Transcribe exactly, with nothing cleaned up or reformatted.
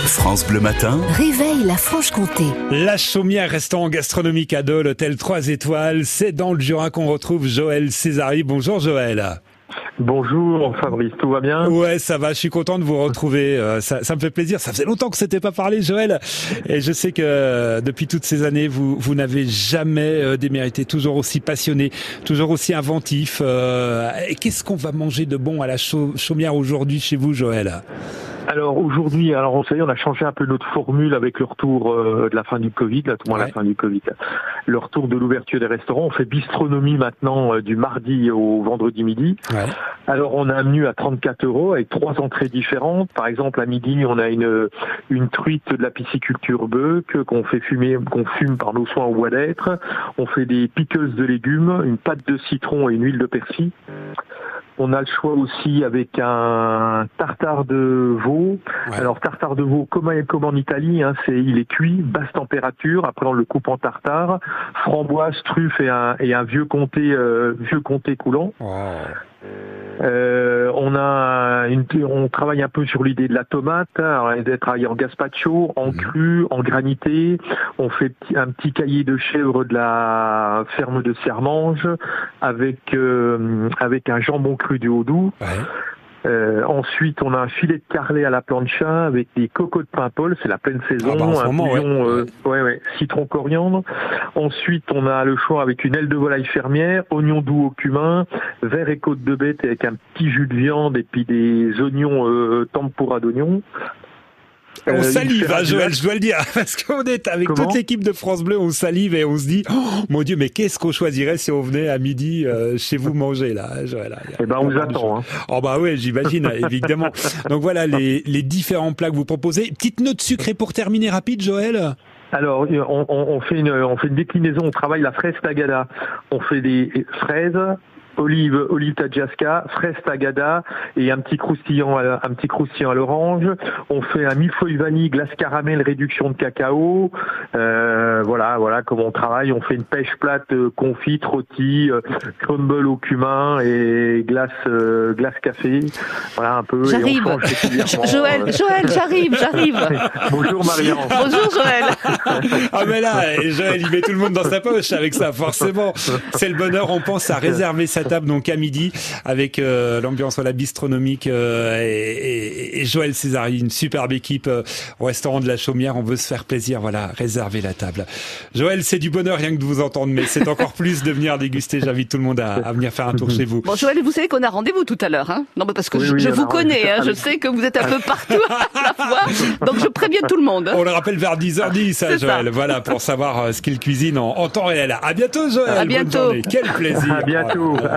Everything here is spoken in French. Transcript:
France Bleu Matin. Réveille la Franche-Comté. La Chaumière, restaurant gastronomique à Dole, hôtel trois étoiles. C'est dans le Jura qu'on retrouve Joël Césari. Bonjour Joël. Bonjour Fabrice, tout va bien? Ouais, ça va, je suis content de vous retrouver, euh, ça, ça me fait plaisir, ça faisait longtemps que c'était pas parlé Joël, et je sais que euh, depuis toutes ces années, vous, vous n'avez jamais euh, démérité, toujours aussi passionné, toujours aussi inventif. Euh, et qu'est-ce qu'on va manger de bon à la Chaumière aujourd'hui chez vous Joël? Alors aujourd'hui, alors on sait, on a changé un peu notre formule avec le retour euh, de la fin du Covid, là, tout le monde ouais. la fin du Covid, le retour de l'ouverture des restaurants. On fait bistronomie maintenant euh, du mardi au vendredi midi. Ouais. Alors on a un menu à trente-quatre euros avec trois entrées différentes. Par exemple à midi, on a une une truite de la pisciculture bœuf qu'on fait fumer, qu'on fume par nos soins au bois d'être. On fait des piqueuses de légumes, une pâte de citron et une huile de persil. On a le choix aussi avec un tartare de veau. Ouais. Alors tartare de veau comme, comme en Italie, hein, c'est il est cuit, basse température. Après on le coupe en tartare, framboise, truffe et un, et un vieux comté, euh, vieux comté coulant. Wow. Euh, on a une, on travaille un peu sur l'idée de la tomate. Alors, on a travaillé en gazpacho, en mmh. cru, en granité. On fait un petit cahier de chèvre de la ferme de Sermange avec euh, avec un jambon cru du Haut-Doubs. Ouais. Euh, ensuite, on a un filet de carlet à la plancha avec des cocos de Paimpol, c'est la pleine saison, ah bah un moment, bouillon, ouais. Euh, ouais, ouais, citron coriandre. Ensuite, on a le choix avec une aile de volaille fermière, oignon doux au cumin, verre et côte de bête avec un petit jus de viande et puis des oignons euh, tempura d'oignons. On euh, salive, hein, Joël, je dois le dire, parce qu'on est avec Comment toute l'équipe de France Bleu, on salive et on se dit, oh, mon Dieu, mais qu'est-ce qu'on choisirait si on venait à midi euh, chez vous manger là, Joël? Eh ben, on vous attend. Hein. Oh bah oui, j'imagine, évidemment. Donc voilà les, les différents plats que vous proposez. Petite note sucrée pour terminer rapide, Joël. Alors, on, on fait une, on fait une déclinaison. On travaille la fraise tagada. On fait des fraises. Olive, olive tadjaska, fraise tagada et un petit croustillant, à, un petit croustillant à l'orange. On fait un millefeuille vanille, glace caramel, réduction de cacao. Euh, voilà, voilà comment on travaille. On fait une pêche plate, euh, confite, rôti, euh, crumble au cumin et glace, euh, glace café. Voilà un peu. J'arrive. Joël, euh... Joël, j'arrive, j'arrive. Bonjour Marianne. Bonjour Joël. Ah mais là, Joël, il met tout le monde dans sa poche avec ça, forcément. C'est le bonheur. On pense à réserver sa table donc à midi avec euh, l'ambiance voilà bistronomique euh, et, et, et Joël Césari, une superbe équipe euh, au restaurant de la Chaumière. On veut se faire plaisir, voilà, réserver la table. Joël, c'est du bonheur rien que de vous entendre, mais c'est encore plus de venir déguster. J'invite tout le monde à, à venir faire un tour chez vous. Bon Joël, vous savez qu'on a rendez-vous tout à l'heure, hein? Non mais parce que oui, je, oui, je vous connais, hein, je sais que vous êtes un peu partout à la fois, donc je préviens tout le monde. On le rappelle vers dix heures dix, hein, Joël, ça. Voilà, pour savoir euh, ce qu'il cuisine en, en temps réel. À bientôt Joël. À bientôt. Quel plaisir. À bientôt.